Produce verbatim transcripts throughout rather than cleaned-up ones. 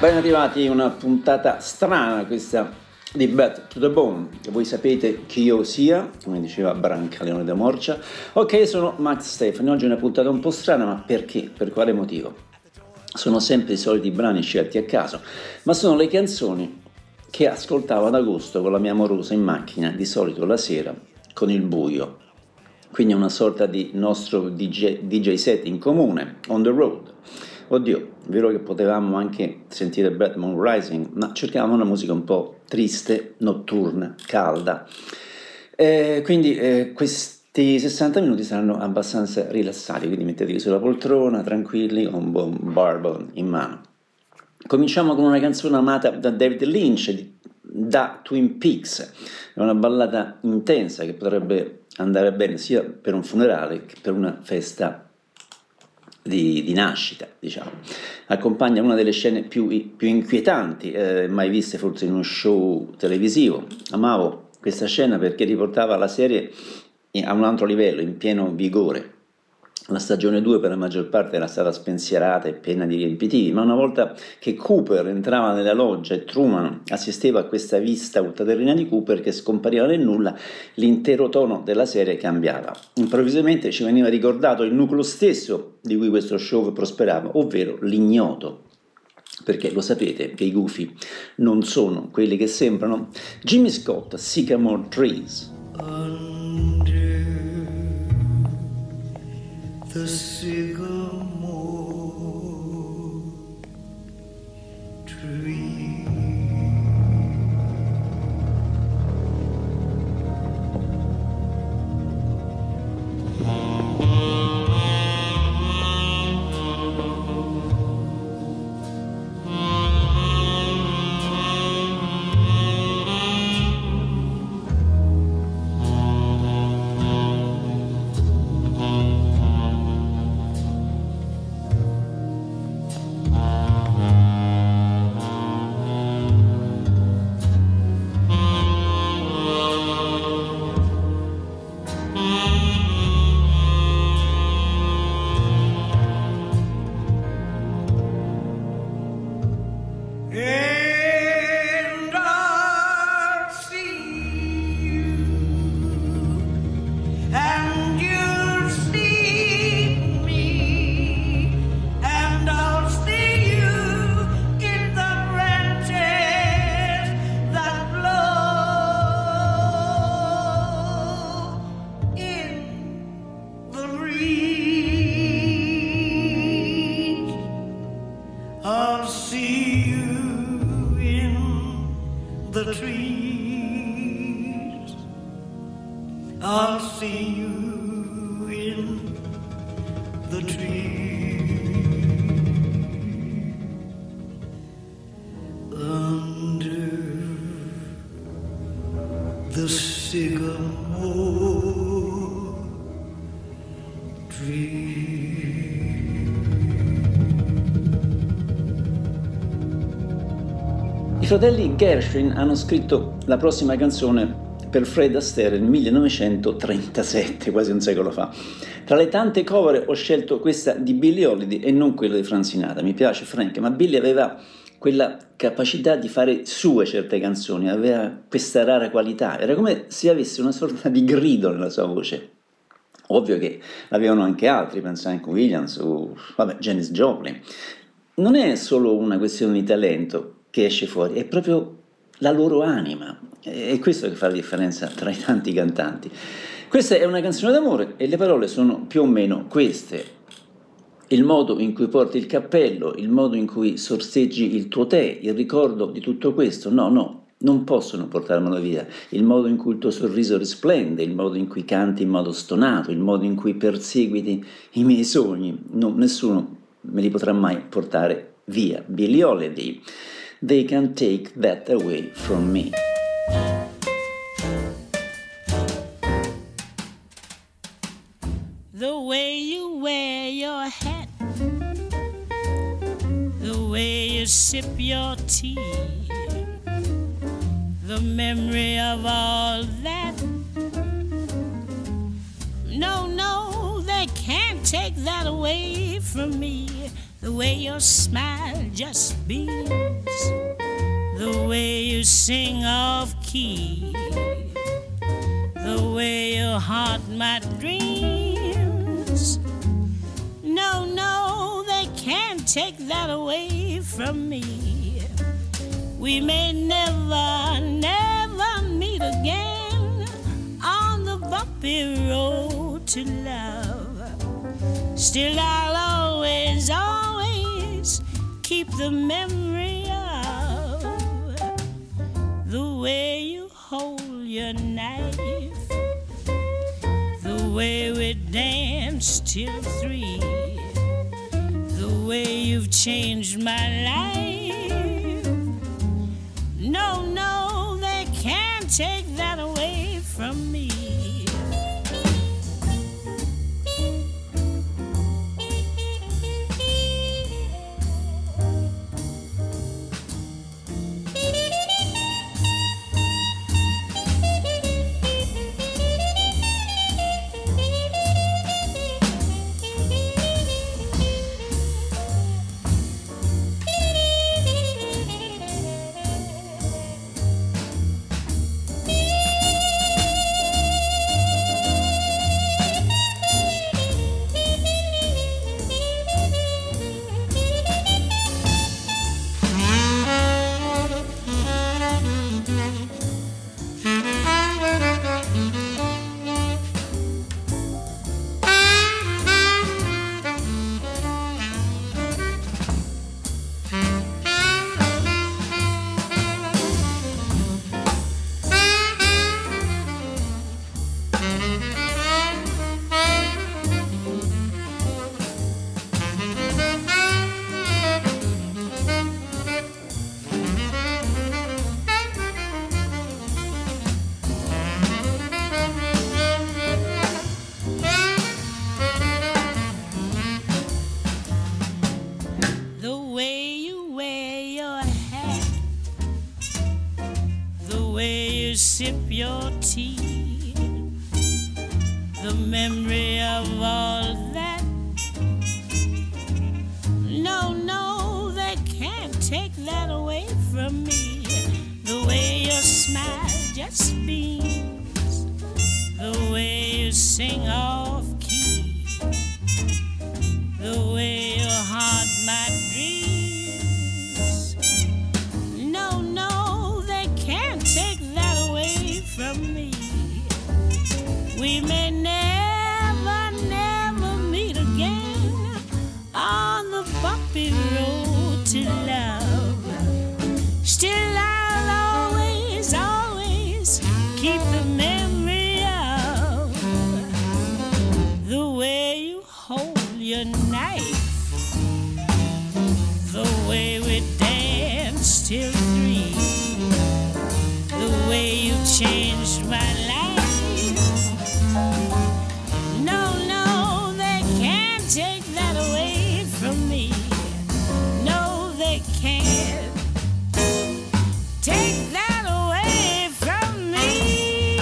Ben arrivati a una puntata strana questa di Bad to the Bone, che voi sapete chi io sia, come diceva Brancaleone da Morcia. Ok, sono Max Stefani, oggi è una puntata un po' strana, ma perché? Per quale motivo? Sono sempre i soliti brani scelti a caso, ma sono le canzoni che ascoltavo ad agosto con la mia amorosa in macchina, di solito la sera, con il buio. Quindi una sorta di nostro D J, D J set in comune, on the road. Oddio, è vero che potevamo anche sentire Blood Moon Rising, ma cercavamo una musica un po' triste, notturna, calda. Eh, quindi eh, questi sessanta minuti saranno abbastanza rilassati, quindi mettetevi sulla poltrona, tranquilli, con un buon bourbon in mano. Cominciamo con una canzone amata da David Lynch, da Twin Peaks. È una ballata intensa che potrebbe andare bene sia per un funerale che per una festa Di, di nascita, diciamo. Accompagna una delle scene più, più inquietanti eh, mai viste forse in uno show televisivo. Amavo questa scena perché riportava la serie a un altro livello, in pieno vigore. La stagione due per la maggior parte era stata spensierata e piena di riempitivi, ma una volta che Cooper entrava nella loggia e Truman assisteva a questa vista ultraterrena di Cooper che scompariva nel nulla, l'intero tono della serie cambiava. Improvvisamente ci veniva ricordato il nucleo stesso di cui questo show prosperava, ovvero l'ignoto. Perché lo sapete che i gufi non sono quelli che sembrano. Jimmy Scott, Sycamore Trees. The sycamore tree. I fratelli Gershwin hanno scritto la prossima canzone per Fred Astaire nel millenovecentotrentasette, quasi un secolo fa. Tra le tante cover ho scelto questa di Billie Holiday e non quella di Frank Sinatra. Mi piace Frank, ma Billie aveva quella capacità di fare sue certe canzoni, aveva questa rara qualità, era come se avesse una sorta di grido nella sua voce. Ovvio che l'avevano anche altri, penso anche Williams o vabbè, Janis Joplin. Non è solo una questione di talento che esce fuori, è proprio la loro anima, è questo che fa la differenza tra i tanti cantanti. Questa è una canzone d'amore e le parole sono più o meno queste: il modo in cui porti il cappello, il modo in cui sorseggi il tuo tè, il ricordo di tutto questo, no, no, non possono portarmelo via. Il modo in cui il tuo sorriso risplende, il modo in cui canti in modo stonato, il modo in cui perseguiti i miei sogni, no, nessuno me li potrà mai portare via. Billie Holiday. They can't take that away from me. The way you wear your hat, the way you sip your tea, the memory of all that. No, no, they can't take that away from me. The way your smile just beams, the way you sing off key, the way you haunt my dreams. No, no, they can't take that away from me. We may never, never meet again on the bumpy road to love. Still I'll always, always keep the memory of the way you hold your knife, the way we danced till three, the way you've changed my life. No, no, they can't take that away from me. Sip your tea, the memory of all that. No, no, they can't take that away from me. The way your smile just beams, the way you sing off key, the way you haunt my dreams. No, no, they can't take that away from me. We may never, never meet again on the bumpy road to love. Still I'll always, always keep the memory of the way you hold your knife, the way we danced till three, the way you changed my life. No, no, they can't take that away from me. No, they can't take that away from me.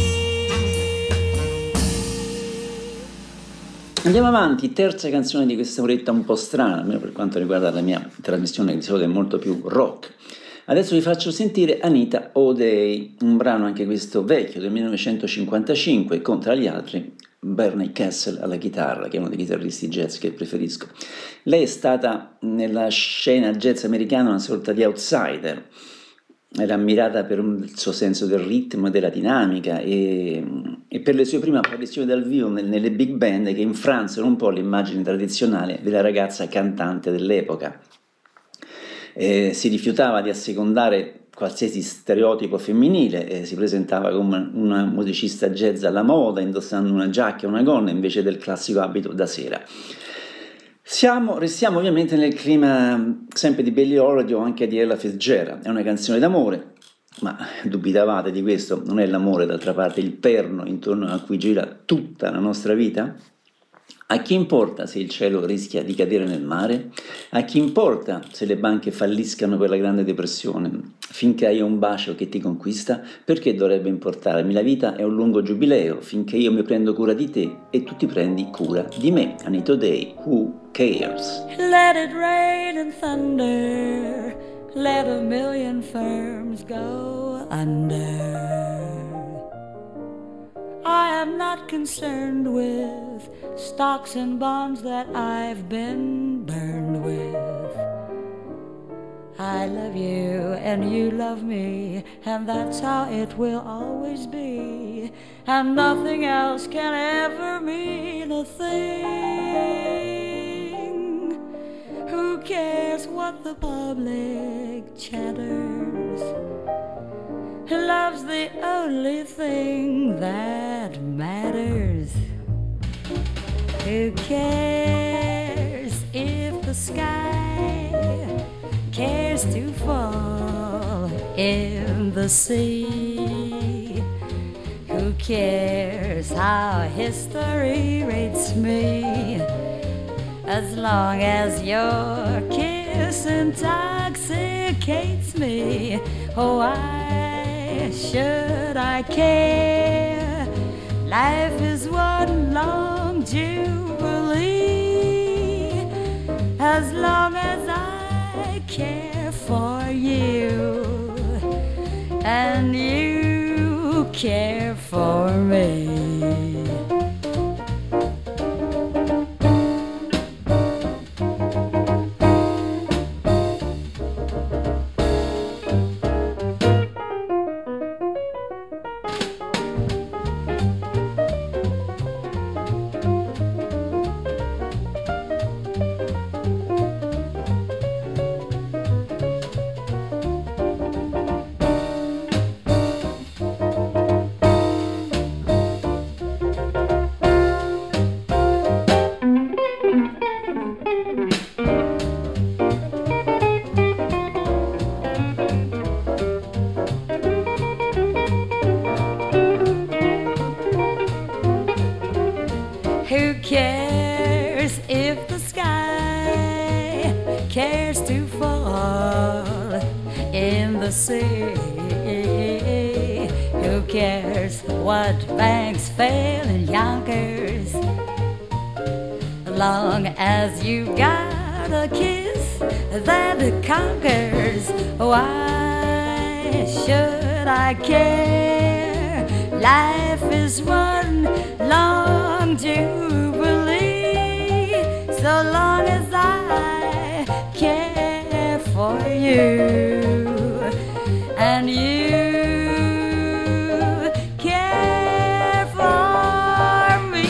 Andiamo avanti, terza canzone di questa oretta un po' strana, almeno per quanto riguarda la mia trasmissione, che di solito è molto più rock. Adesso vi faccio sentire Anita O'Day, un brano anche questo vecchio del millenovecentocinquantacinque, con tra gli altri Bernie Castle alla chitarra, che è uno dei chitarristi jazz che preferisco. Lei è stata nella scena jazz americana una sorta di outsider, era ammirata per il suo senso del ritmo e della dinamica e, e per le sue prime apparizioni dal vivo nelle big band che infransero un po' l'immagine tradizionale della ragazza cantante dell'epoca. Eh, si rifiutava di assecondare qualsiasi stereotipo femminile, eh, si presentava come una musicista jazz alla moda, indossando una giacca e una gonna invece del classico abito da sera. Siamo, restiamo ovviamente nel clima sempre di Billie Holiday o anche di Ella Fitzgerald. È una canzone d'amore, ma dubitavate di questo? Non è l'amore d'altra parte il perno intorno a cui gira tutta la nostra vita? A chi importa se il cielo rischia di cadere nel mare? A chi importa se le banche falliscano per la Grande Depressione? Finché hai un bacio che ti conquista, perché dovrebbe importarmi? La vita è un lungo giubileo, finché io mi prendo cura di te e tu ti prendi cura di me. Anita O'Day, who cares? Let it rain and thunder, let a million firms go under. I am not concerned with stocks and bonds that I've been burned with. I love you and you love me, and that's how it will always be, and nothing else can ever mean a thing. Who cares what the public chatters? Love's the only thing that matters. Who cares if the sky cares to fall in the sea? Who cares how history rates me, as long as your kiss intoxicates me? Oh, why should I care? Life is one long jubilee, as long as I care for you and you care for me. Who cares if the sky cares to fall in the sea? Who cares what banks fail in Yonkers, long as you got a kiss that conquers? Why should I care? Life is one long jubilee, so long as I care for you and you care for me.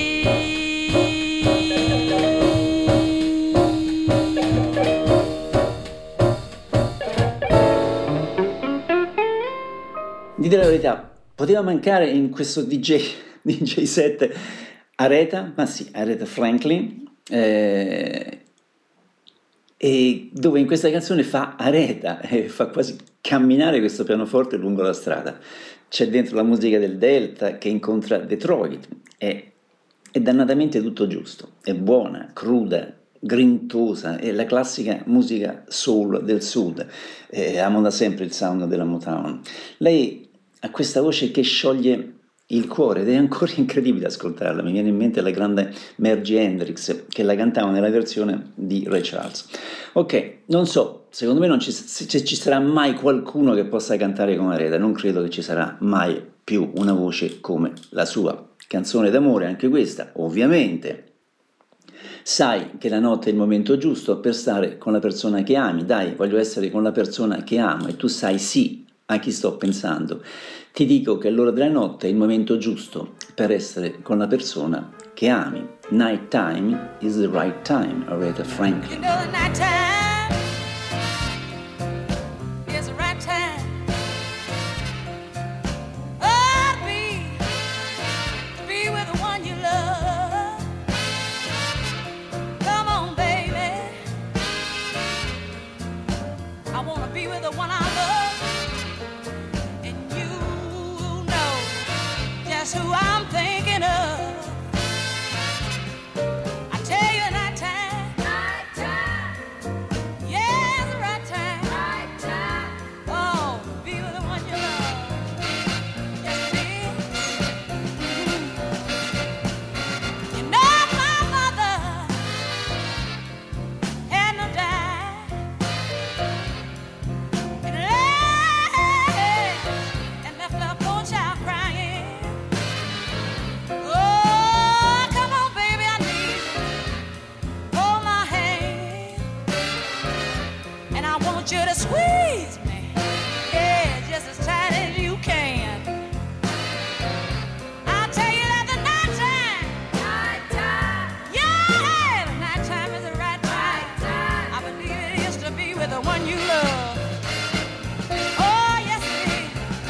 Dite la verità, poteva mancare in questo D J, D J set Aretha, ma sì, Aretha Franklin, eh, e dove in questa canzone fa Aretha e fa quasi camminare questo pianoforte lungo la strada. C'è dentro la musica del Delta che incontra Detroit, è, è dannatamente tutto giusto, è buona, cruda, grintosa, è la classica musica soul del sud. Eh, amo da sempre il sound della Motown. Lei ha questa voce che scioglie il cuore ed è ancora incredibile ascoltarla. Mi viene in mente la grande Margie Hendrix che la cantava nella versione di Ray Charles. Ok, non so, secondo me non ci, se ci sarà mai qualcuno che possa cantare come Aretha, non credo che ci sarà mai più una voce come la sua. Canzone d'amore anche questa, ovviamente. Sai che la notte è il momento giusto per stare con la persona che ami. Dai, voglio essere con la persona che amo, e tu sai sì a chi sto pensando. Ti dico che l'ora della notte è il momento giusto per essere con la persona che ami. Night time is the right time, Aretha Franklin. You know, night time is the right time. Oh, be, be with the one you love. Come on, baby. I wanna be with the one I love. Who I'm thinking of. want you to squeeze me, yeah, just as tight as you can. I'll tell you that the night time, night time, yeah, the night time is the right time. time. I believe it is to be with the one you love. Oh, yes it is.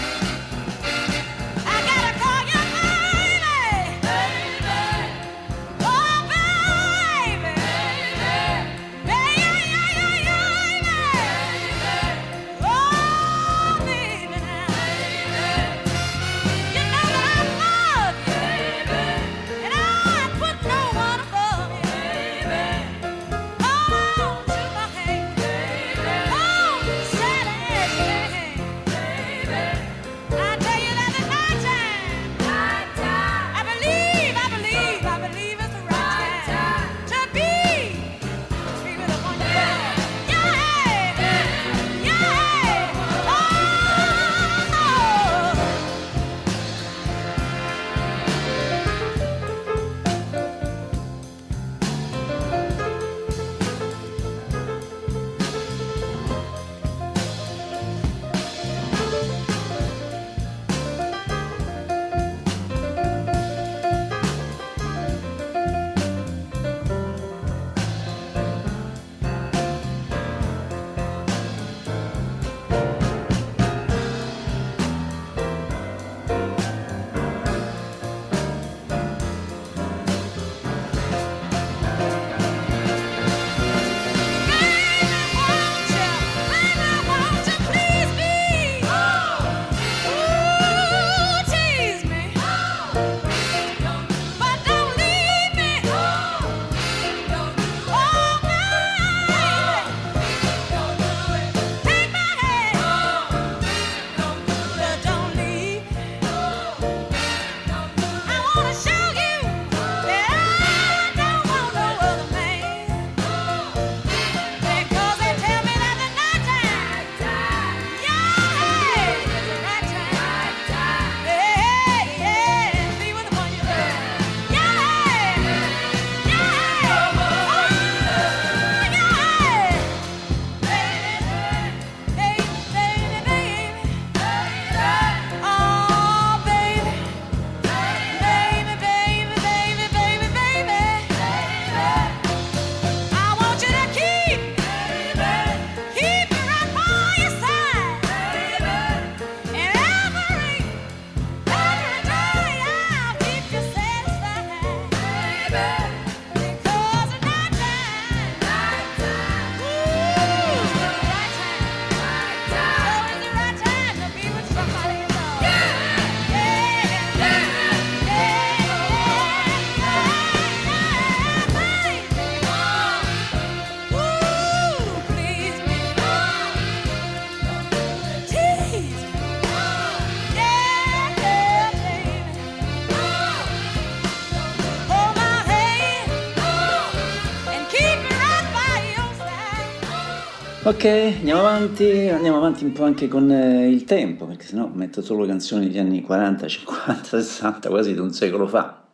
I gotta call you baby, baby. Oh, baby, baby, baby, yeah, yeah, yeah, yeah. Oh, baby, now. You know that I love you, and I put no one above you. Hold on to my hand, hold steady as you can. I tell you that the night time, I believe, I believe, I believe it's the right time to be, to be with the one you love. Yeah, yeah, oh. Ok, andiamo avanti, andiamo avanti un po' anche con eh, il tempo, perché sennò metto solo canzoni degli anni quaranta, cinquanta, sessanta, quasi di un secolo fa.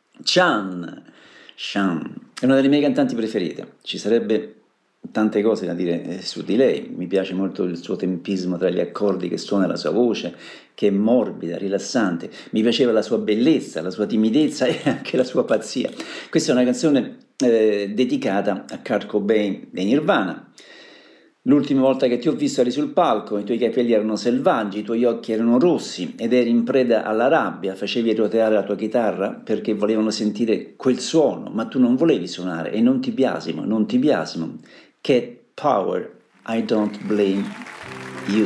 Chan, Chan, è una delle mie cantanti preferite, ci sarebbe tante cose da dire eh, su di lei, mi piace molto il suo tempismo tra gli accordi che suona, la sua voce, che è morbida, rilassante, mi piaceva la sua bellezza, la sua timidezza e anche la sua pazzia. Questa è una canzone eh, dedicata a Kurt Cobain dei Nirvana. L'ultima volta che ti ho visto eri sul palco, i tuoi capelli erano selvaggi, i tuoi occhi erano rossi ed eri in preda alla rabbia, facevi roteare la tua chitarra perché volevano sentire quel suono, ma tu non volevi suonare e non ti biasimo, non ti biasimo. Cat Power, I don't blame you.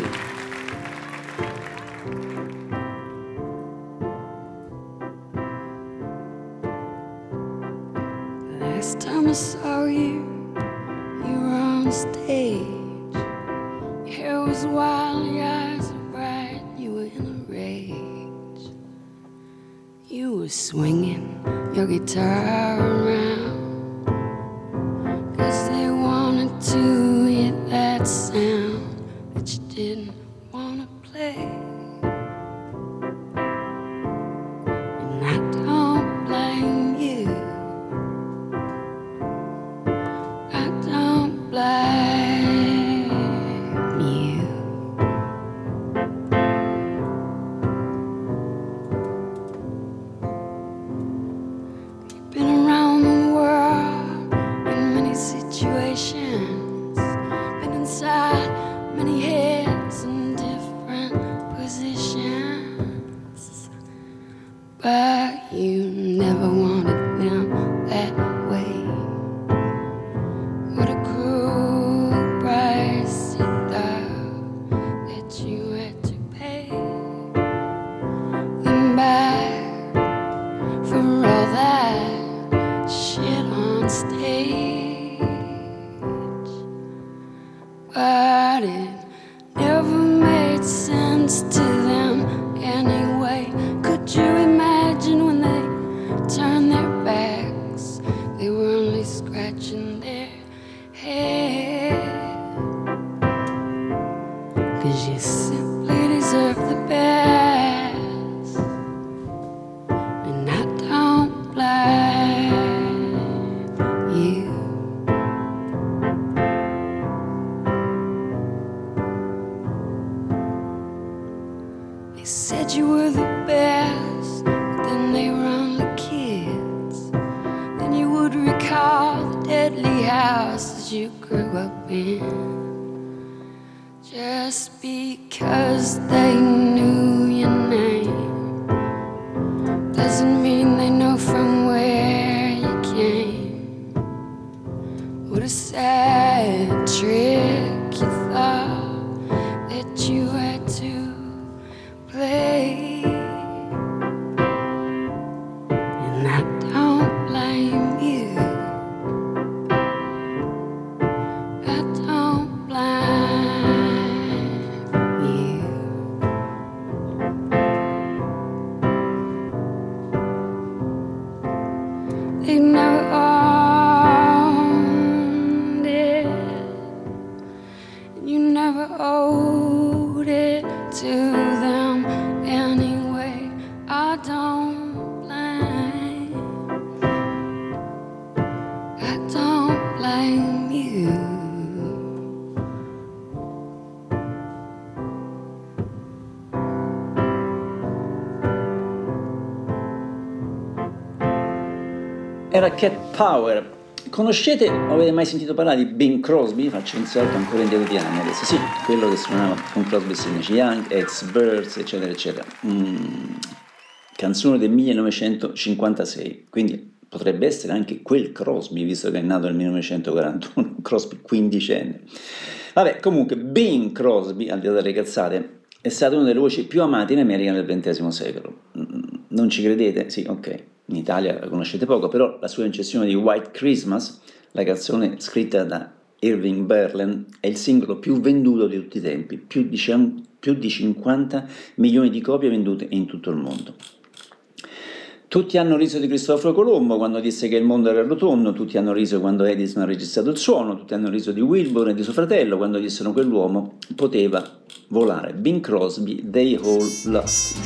Last time I saw you, you were on stage. Your hair was wild, your eyes were bright, you were in a rage. You were swinging your guitar around, 'cause they wanted to hear that sound that you didn't want to play. And I don't blame you, I don't blame situations, been inside many heads in different positions, but you never wanted them that way. What a cruel price you thought that you had to pay them back for all that shit on stage. But it never made sense to them anyway. Could you imagine when they turned their backs, they were only scratching their head? 'Cause you simply deserve the best, and I don't blame you. They said you were the best, but then they were only kids. Then you would recall the deadly houses you grew up in. Just because they knew your name doesn't mean they know from where you came. What a sad trick you thought that you had to play. And I don't blame you. I don't blame you. They never owned it, and you never owed it to them anyway. I don't blame, I don't blame you. Era Cat Power. Conoscete o avete mai sentito parlare di Bing Crosby? Faccio un salto ancora indietro di anni adesso. Sì, quello che suonava con Crosby, Stills Young, ex-Birds, eccetera, eccetera. Mm, canzone del millenovecentocinquantasei, quindi potrebbe essere anche quel Crosby, visto che è nato nel millenovecentoquarantuno, Crosby quindicenne. Vabbè, comunque, Bing Crosby, al di là delle cazzate, è stata una delle voci più amate in America nel ventesimo secolo. Mm, non ci credete? Sì, ok. In Italia la conoscete poco, però la sua incisione di White Christmas, la canzone scritta da Irving Berlin, è il singolo più venduto di tutti i tempi, più di, più di cinquanta milioni di copie vendute in tutto il mondo. Tutti hanno riso di Cristoforo Colombo quando disse che il mondo era rotondo, tutti hanno riso quando Edison ha registrato il suono, tutti hanno riso di Wilbur e di suo fratello quando dissero che l'uomo poteva volare. Bing Crosby, They All Lost.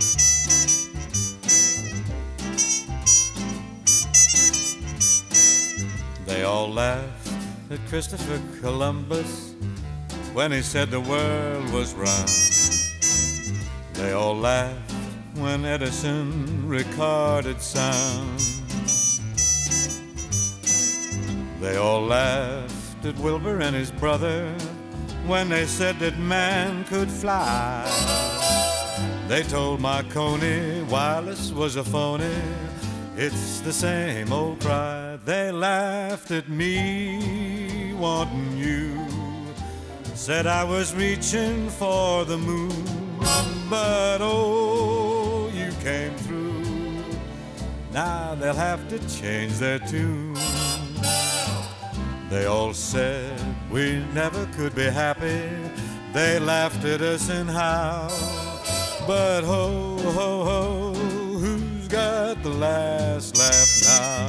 They all laughed at Christopher Columbus when he said the world was round. They all laughed when Edison recorded sound. They all laughed at Wilbur and his brother when they said that man could fly. They told Marconi wireless was a phony. It's the same old cry. They laughed at me wanting you. Said I was reaching for the moon, but oh, you came through. Now they'll have to change their tune. They all said we never could be happy. They laughed at us and how. But ho, ho, ho, who's got the last laugh now?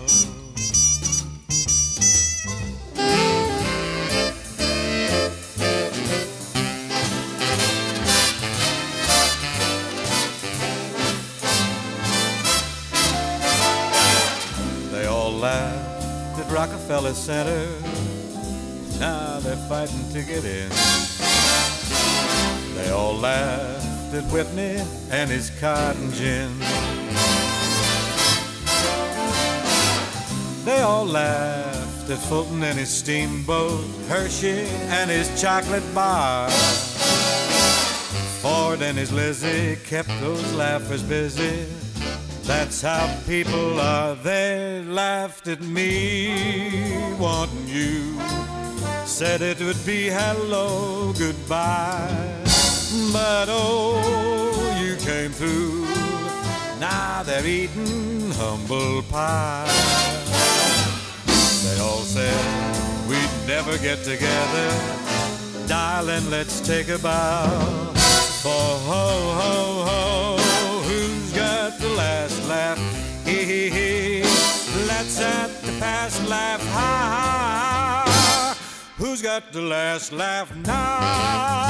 They all laughed at Rockefeller Center. Now they're fighting to get in. They all laughed at Whitney and his cotton gin. They all laughed laughed at Fulton and his steamboat, Hershey and his chocolate bar. Ford and his Lizzie kept those laughers busy. That's how people are. They laughed at me wanting you. Said it would be hello, goodbye. But oh, you came through. Now they're eating humble pie. They all said we'd never get together. Darling, let's take a bow. For ho, ho, ho, who's got the last laugh? Hee, hee, hee. Let's at the past laugh. Ha, ha, ha. Who's got the last laugh now?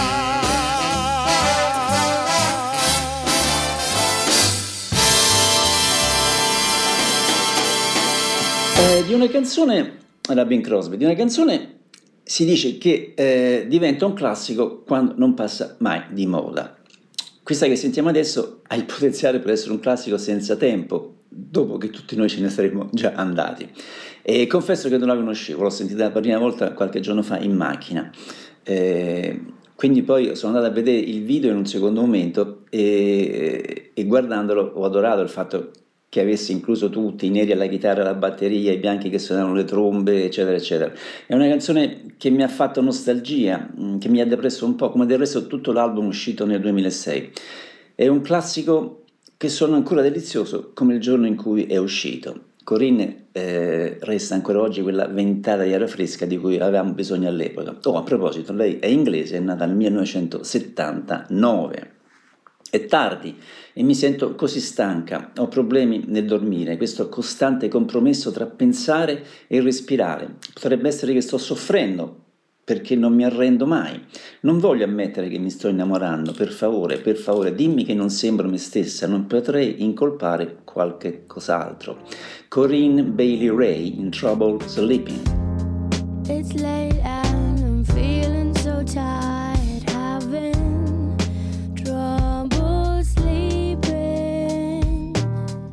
Eh, di una canzone, la Bing Crosby, di una canzone si dice che eh, diventa un classico quando non passa mai di moda. Questa che sentiamo adesso ha il potenziale per essere un classico senza tempo, dopo che tutti noi ce ne saremmo già andati. E confesso che non la conoscevo, l'ho sentita la prima volta qualche giorno fa in macchina. Eh, quindi poi sono andato a vedere il video in un secondo momento e, e guardandolo ho adorato il fatto che avesse incluso tutti, i neri alla chitarra, alla batteria, i bianchi che suonavano le trombe, eccetera, eccetera. È una canzone che mi ha fatto nostalgia, che mi ha depresso un po', come del resto tutto l'album uscito nel duemilasei. È un classico che suona ancora delizioso come il giorno in cui è uscito. Corinne eh, resta ancora oggi quella ventata di aria fresca di cui avevamo bisogno all'epoca. Oh, a proposito, lei è inglese, è nata nel millenovecentosettantanove. È tardi e mi sento così stanca, ho problemi nel dormire, questo costante compromesso tra pensare e respirare. Potrebbe essere che sto soffrendo perché non mi arrendo mai. Non voglio ammettere che mi sto innamorando, per favore, per favore, dimmi che non sembro me stessa, non potrei incolpare qualche cos'altro. Corinne Bailey Rae in Trouble Sleeping. It's late and I'm feeling so tired, having trouble sleeping.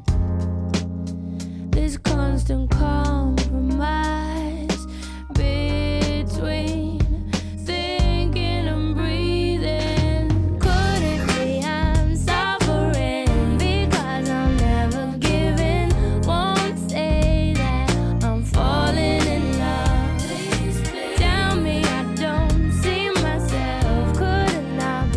This constant compromise between thinking and breathing. Could it be I'm suffering because I'm never giving? Won't say that I'm falling in love. Tell me I don't see myself. Could it not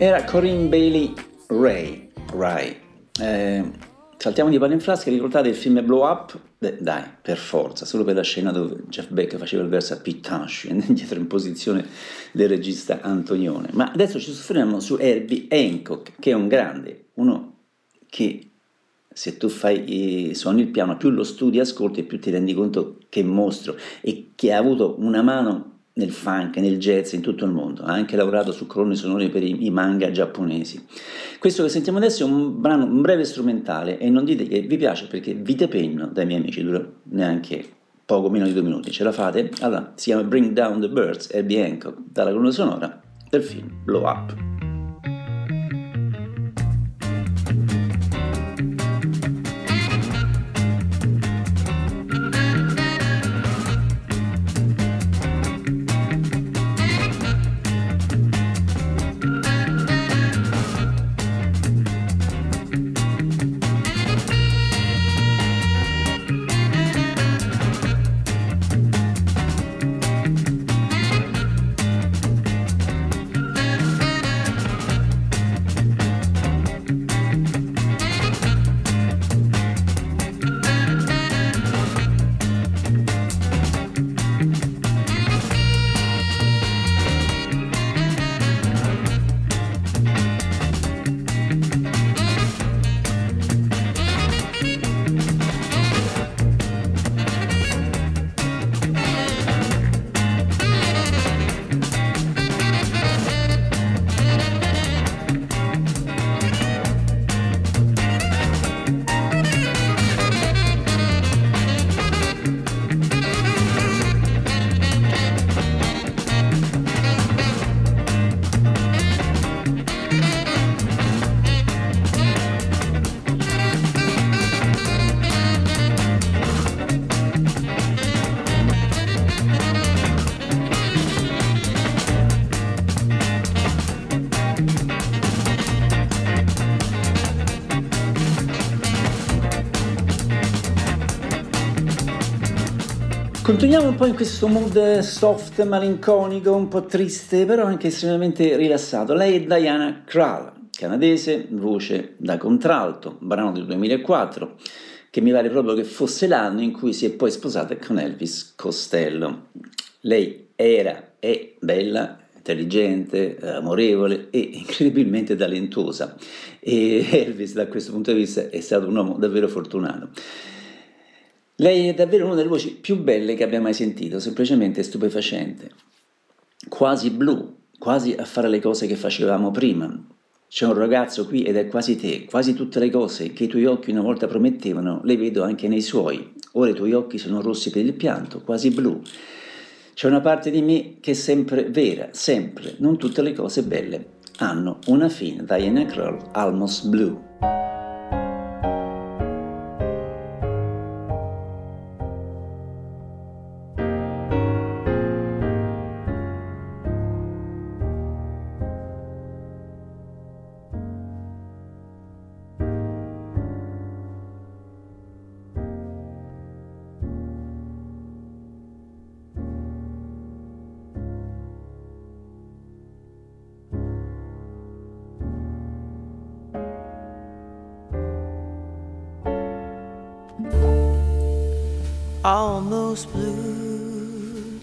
era Corinne Bailey Ray. Ray. Eh, saltiamo di palla in frasca, ricordate il film Blow Up? Beh, dai, per forza, solo per la scena dove Jeff Beck faceva il verso a Pete Townshend dietro in posizione del regista Antonione. Ma adesso ci soffermiamo su Herbie Hancock, che è un grande, uno che se tu fai eh, suoni il piano, più lo studi, ascolti e più ti rendi conto che mostro, e che ha avuto una mano nel funk, nel jazz, in tutto il mondo. Ha anche lavorato su colonne sonore per i, i manga giapponesi. Questo che sentiamo adesso è un brano, un breve strumentale, e non dite che vi piace, perché vi depenno dai miei amici, dura neanche poco meno di due minuti. Ce la fate? Allora, si chiama Bring Down the Birds, Herbie Hancock, dalla colonna sonora del film Blow Up. Continuiamo un po' in questo mood soft, malinconico, un po' triste, però anche estremamente rilassato. Lei è Diana Krall, canadese, voce da contralto, brano del duemilaquattro, che mi pare proprio che fosse l'anno in cui si è poi sposata con Elvis Costello. Lei era, è bella, intelligente, amorevole e incredibilmente talentuosa, e Elvis da questo punto di vista è stato un uomo davvero fortunato. Lei è davvero una delle voci più belle che abbia mai sentito, semplicemente stupefacente, quasi blu, quasi a fare le cose che facevamo prima. C'è un ragazzo qui ed è quasi te, quasi tutte le cose che i tuoi occhi una volta promettevano, le vedo anche nei suoi. Ora i tuoi occhi sono rossi per il pianto, quasi blu. C'è una parte di me che è sempre vera, sempre, non tutte le cose belle hanno una fine. Diana Krall, Almost Blue. Almost blue,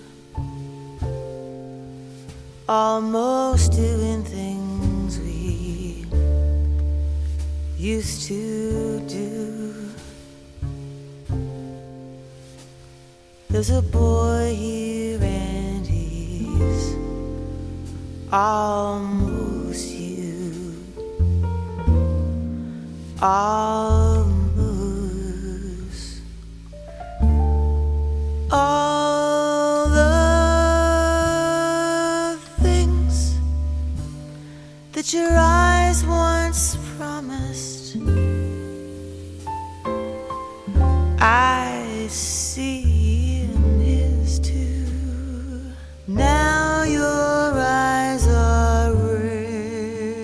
almost doing things we used to do. There's a boy here and he's almost you, almost. All the things that your eyes once promised, I see in his too. Now your eyes are red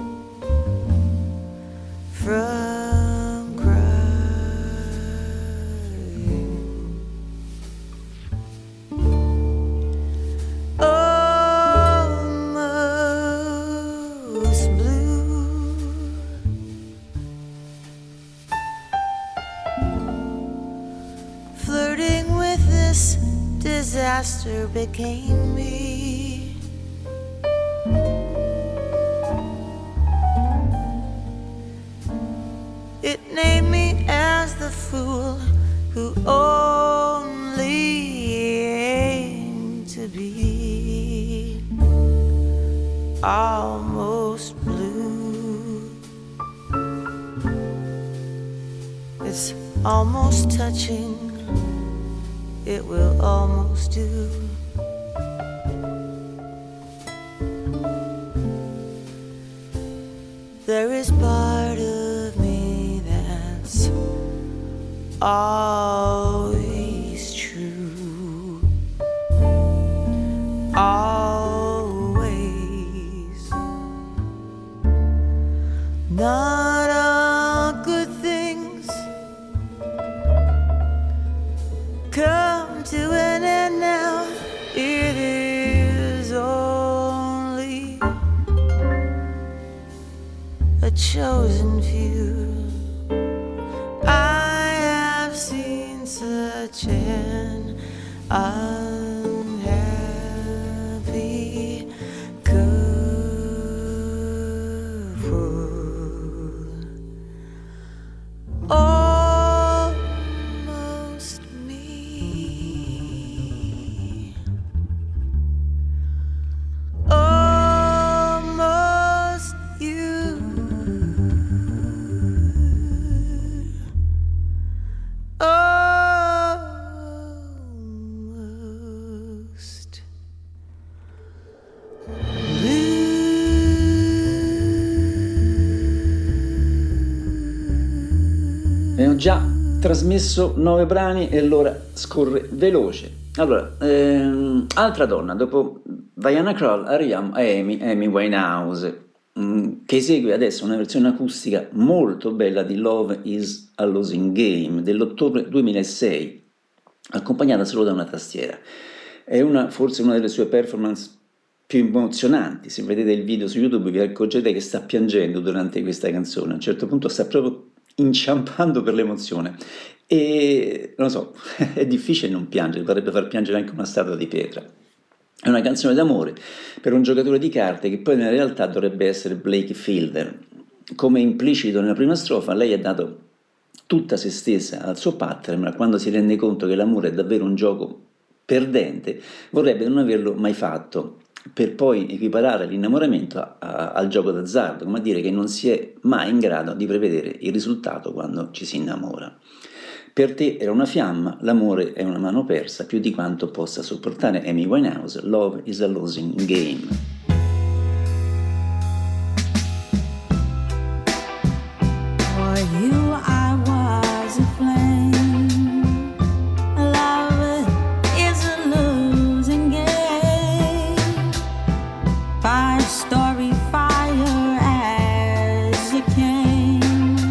from crying. Almost disaster became me. It named me as the fool who only aimed to be almost blue. It's almost touching, it will almost do. There is part of me that's always true, always. Not all good things come to an end now. It is only a chosen few. I have seen such an unhappy couple. Almost me. Almost you. Almost Abbiamo già trasmesso nove brani e l'ora scorre veloce. Allora, ehm, altra donna, dopo Diana Krall arriviamo a Amy, Amy Winehouse, mh, che esegue adesso una versione acustica molto bella di Love is a Losing Game dell'ottobre duemilasei, accompagnata solo da una tastiera. È una, forse una delle sue performance più emozionanti. Se vedete il video su YouTube vi accorgete che sta piangendo durante questa canzone. A un certo punto sta proprio inciampando per l'emozione e non lo so, è difficile non piangere, vorrebbe far piangere anche una statua di pietra. È una canzone d'amore per un giocatore di carte che poi nella realtà dovrebbe essere Blake Fielder. Come implicito nella prima strofa, lei ha dato tutta se stessa al suo partner, ma quando si rende conto che l'amore è davvero un gioco perdente, vorrebbe non averlo mai fatto, per poi equiparare l'innamoramento a, a, al gioco d'azzardo, come a dire che non si è mai in grado di prevedere il risultato quando ci si innamora. Per te era una fiamma, l'amore è una mano persa, più di quanto possa sopportare Amy Winehouse. Love is a losing game. For you I was a flame. Love is a losing game. Five-story fire as you came.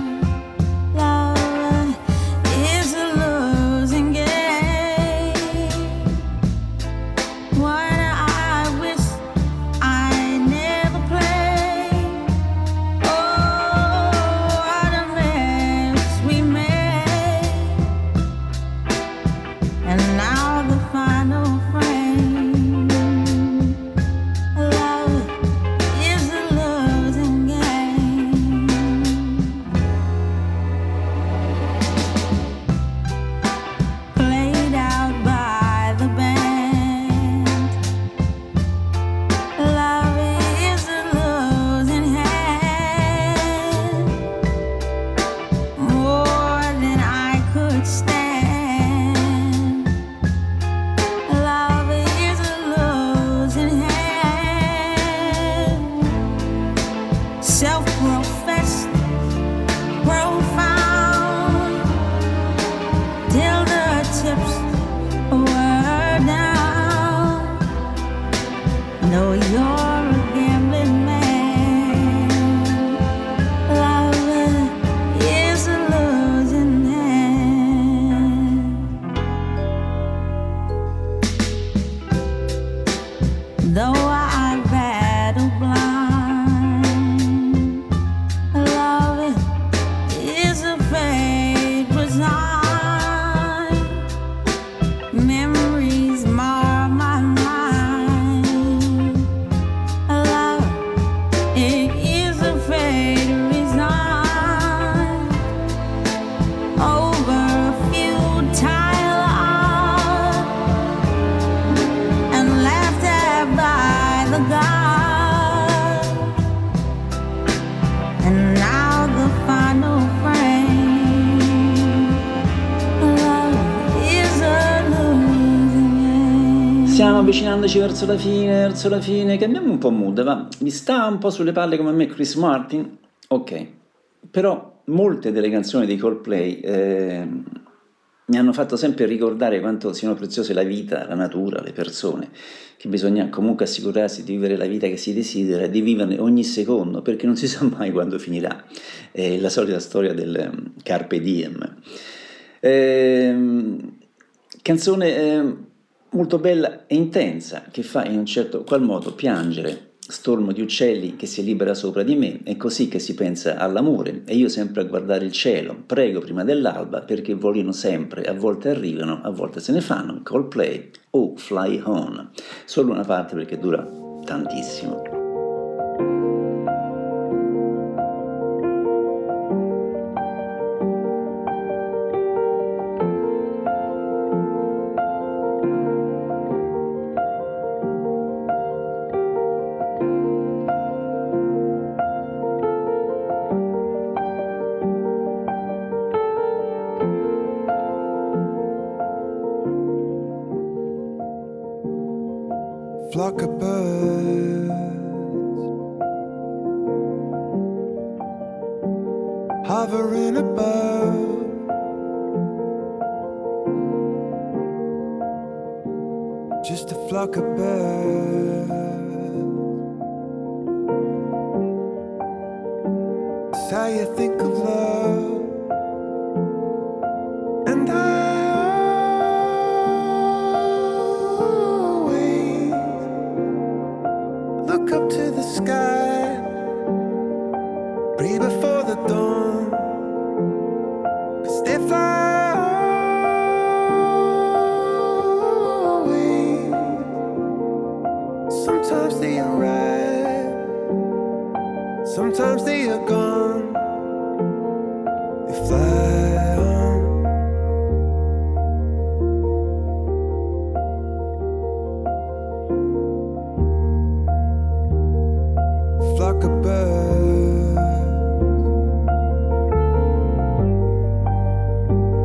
Love is a losing game. What I wish avvicinandoci verso la fine, verso la fine, cambiamo un po' mood, va, mi sta un po' sulle palle come a me Chris Martin, ok, però molte delle canzoni dei Coldplay eh, mi hanno fatto sempre ricordare quanto siano preziose la vita, la natura, le persone, che bisogna comunque assicurarsi di vivere la vita che si desidera, di viverne ogni secondo, perché non si sa mai quando finirà. È la solita storia del um, Carpe Diem. Eh, canzone eh, molto bella e intensa, che fa in un certo qual modo piangere. Stormo di uccelli che si libera sopra di me, è così che si pensa all'amore, e io sempre a guardare il cielo, prego prima dell'alba perché volino sempre, a volte arrivano, a volte se ne fanno. Coldplay, Oh Fly On, solo una parte perché dura tantissimo. Flock of birds hovering above, just a flock of birds. It's how you think of love, and I look up to the sky, breathe before the dawn, 'cause they fly away. Sometimes they arrive, sometimes they are gone. They fly on. Flock of birds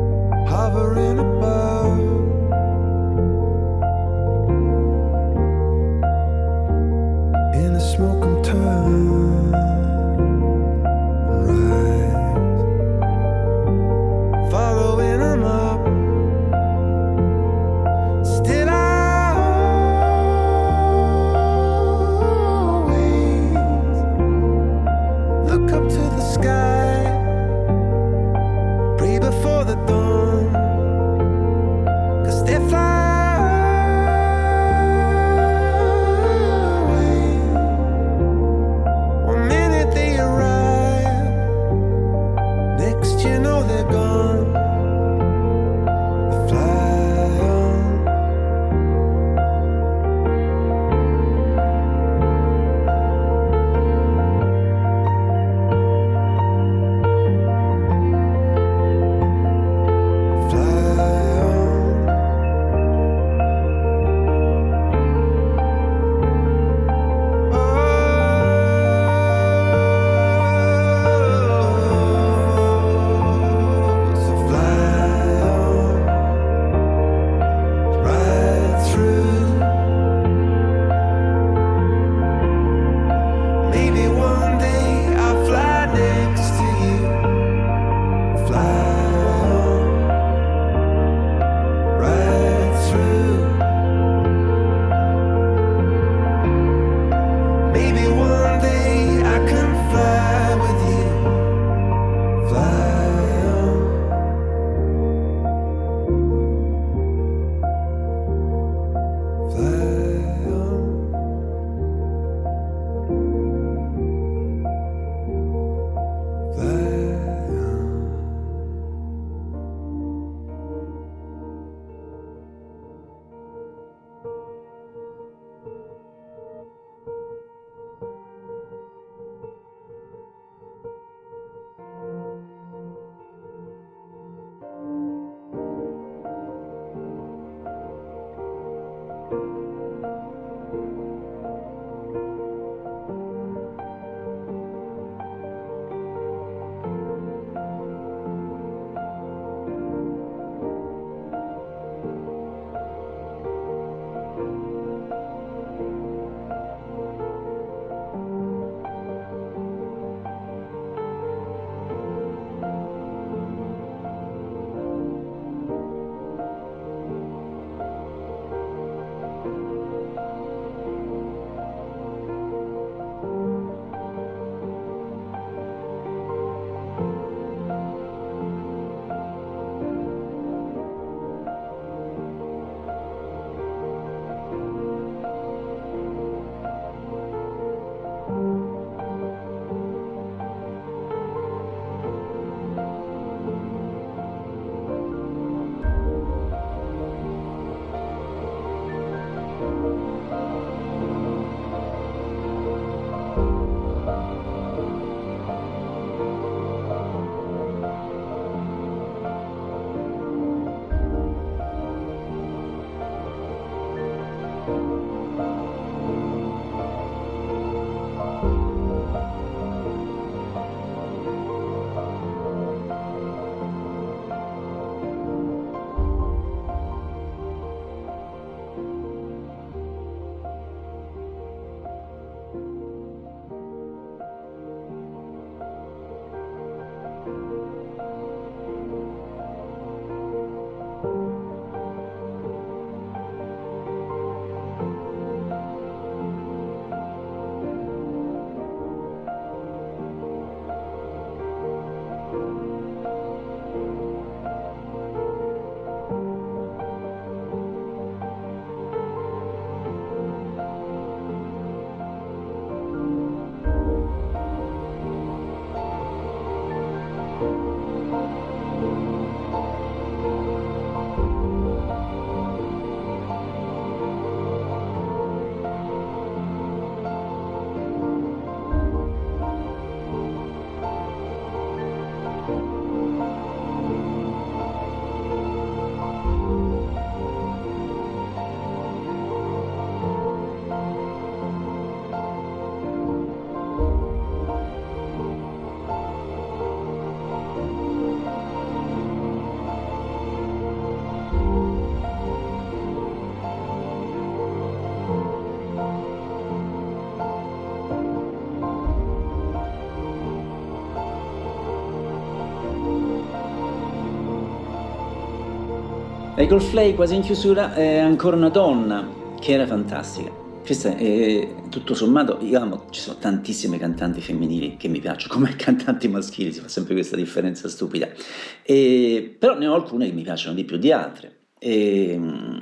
E Coldplay, quasi in chiusura, è ancora una donna, che era fantastica. Questa è, tutto sommato, io amo, ci sono tantissime cantanti femminili che mi piacciono, come cantanti maschili, si fa sempre questa differenza stupida. E, però ne ho alcune che mi piacciono di più di altre. E,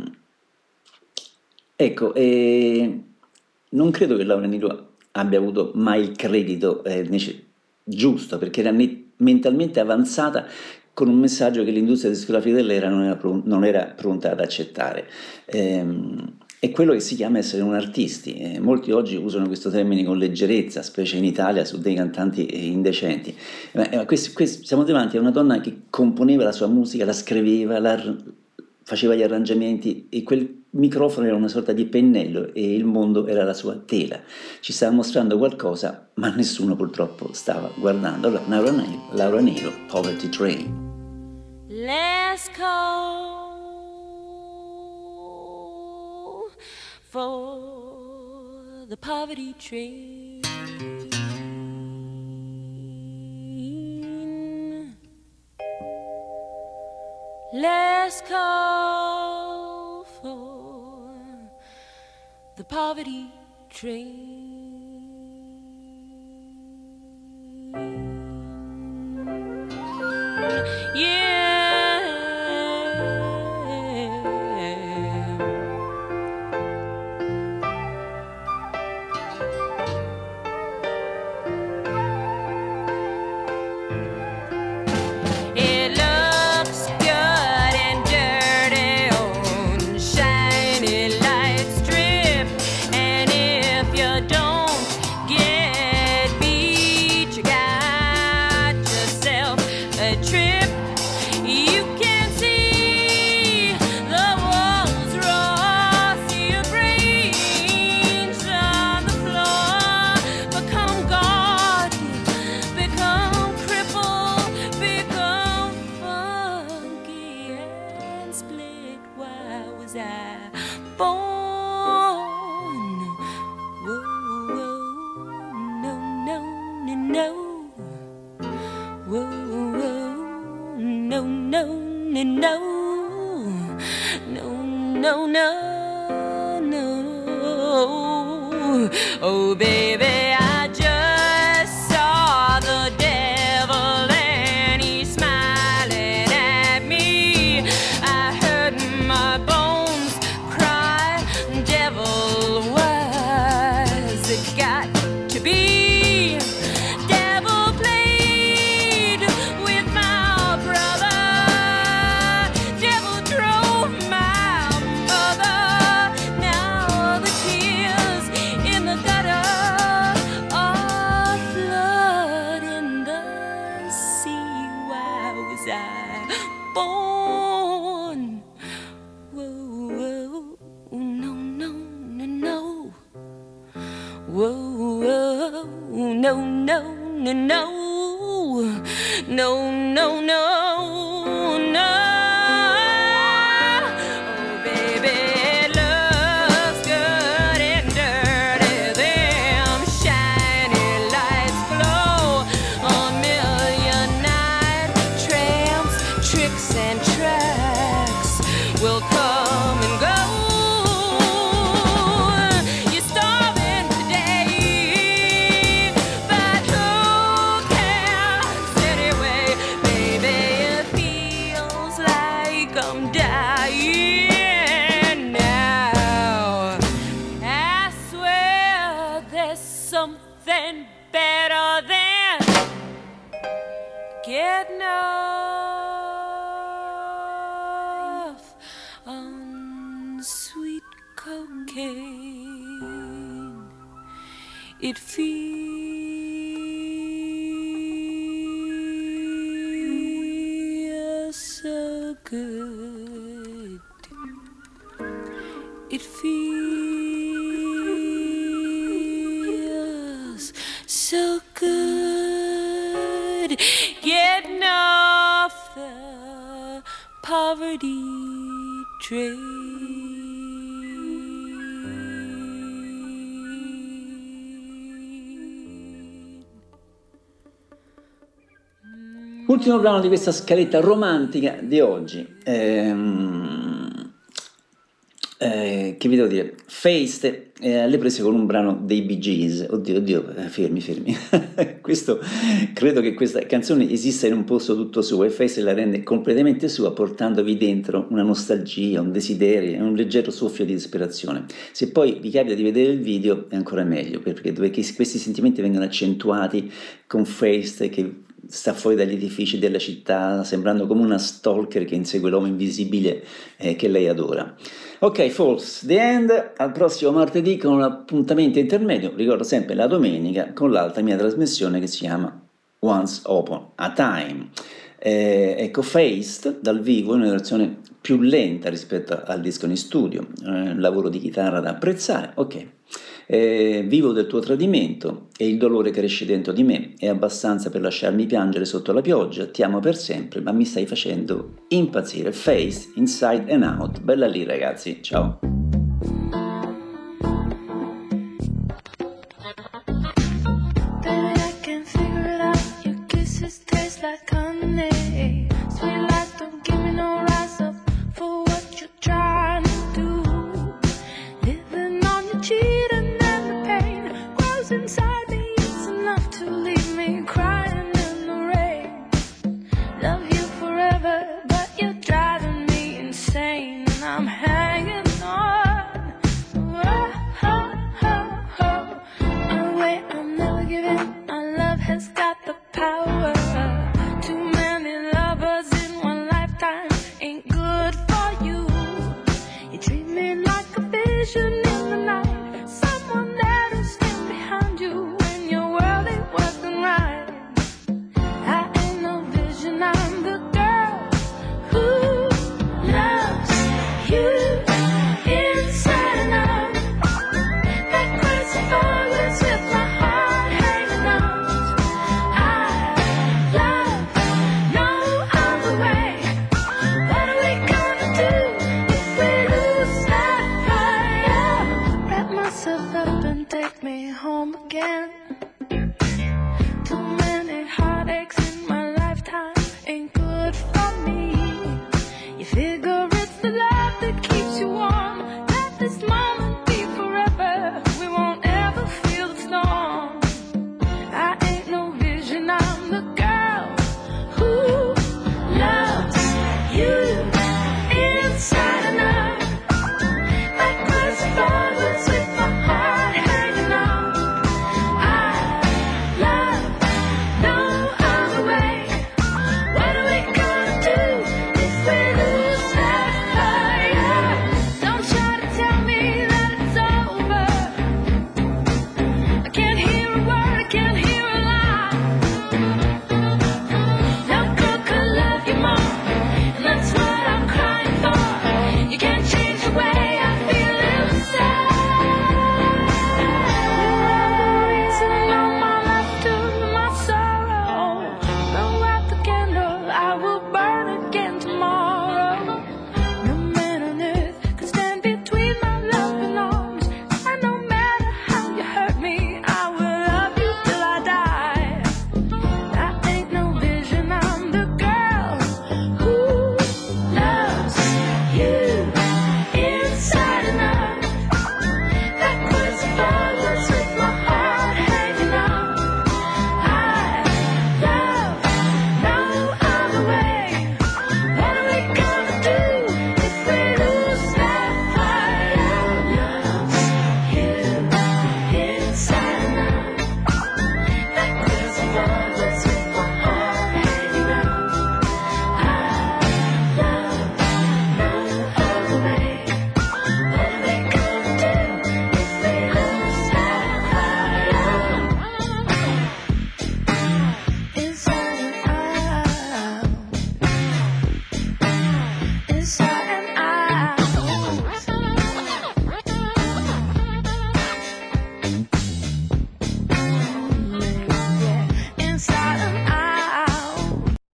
ecco, e non credo che Laura Nyro abbia avuto mai il credito eh, nece- giusto, perché era ne- mentalmente avanzata con un messaggio che l'industria discografica dell'era non era, pro- non era pronta ad accettare. Ehm, è quello che si chiama essere un artisti. Eh, molti oggi usano questo termine con leggerezza, specie in Italia, su dei cantanti eh, indecenti. Ma, eh, questi- questi- siamo davanti a una donna che componeva la sua musica, la scriveva, la, faceva gli arrangiamenti, e quel microfono era una sorta di pennello e il mondo era la sua tela. Ci stava mostrando qualcosa, ma nessuno purtroppo stava guardando. Allora, Laura Nyro, Laura Nyro, Poverty Train. Let's go for the poverty train. Let's go for the poverty train. Yeah. It looks good and dirty on shiny light strip, and if you don't get beat, you got yourself a trip. You can see the walls rust, your brains on the floor, become gaudy, become crippled, become funky and split. Why was I born? Whoa, whoa, no, no, no, no. Whoa, whoa, no, no, no, no, no, no, no, no. Oh, baby, I just saw the devil and he's smiling at me. I heard my bones cry, devil, why's it got to be? Devil played with my brother, devil drove my mother. Now the tears in the gutter are flooding the sea. Why was I born? Whoa, whoa, no, no, no, no. Whoa, whoa, no, no, no, no, no, no, no, no. Oh, baby, it looks good and dirty. Them shiny lights glow on million-eyed tramps, tricks and tracks will come and go. You're starving today, but who cares anyway? Baby, it feels like I'm dying now. I swear there's something better than getting off on sweet cocaine. It feels so good. It feels so good getting off the poverty train. Ultimo brano di questa scaletta romantica di oggi. Ehm... Eh, che vi devo dire? Faced eh, le prese con un brano dei Bee Gees. Oddio, oddio, eh, fermi, fermi. Questo, credo che questa canzone esista in un posto tutto suo e Faced la rende completamente sua, portandovi dentro una nostalgia, un desiderio e un leggero soffio di disperazione. Se poi vi capita di vedere il video è ancora meglio, perché dove questi sentimenti vengono accentuati con Faced che sta fuori dagli edifici della città, sembrando come una stalker che insegue l'uomo invisibile eh, che lei adora. Ok, False, The End, al prossimo martedì con un appuntamento intermedio, ricordo sempre la domenica, con l'altra mia trasmissione che si chiama Once Upon a Time. Eh, ecco, Faced dal vivo in una versione più lenta rispetto al disco in studio, eh, un lavoro di chitarra da apprezzare, ok. Eh, vivo del tuo tradimento e il dolore cresce dentro di me, è abbastanza per lasciarmi piangere sotto la pioggia, ti amo per sempre ma mi stai facendo impazzire. Face, Inside and Out, bella lì ragazzi, ciao.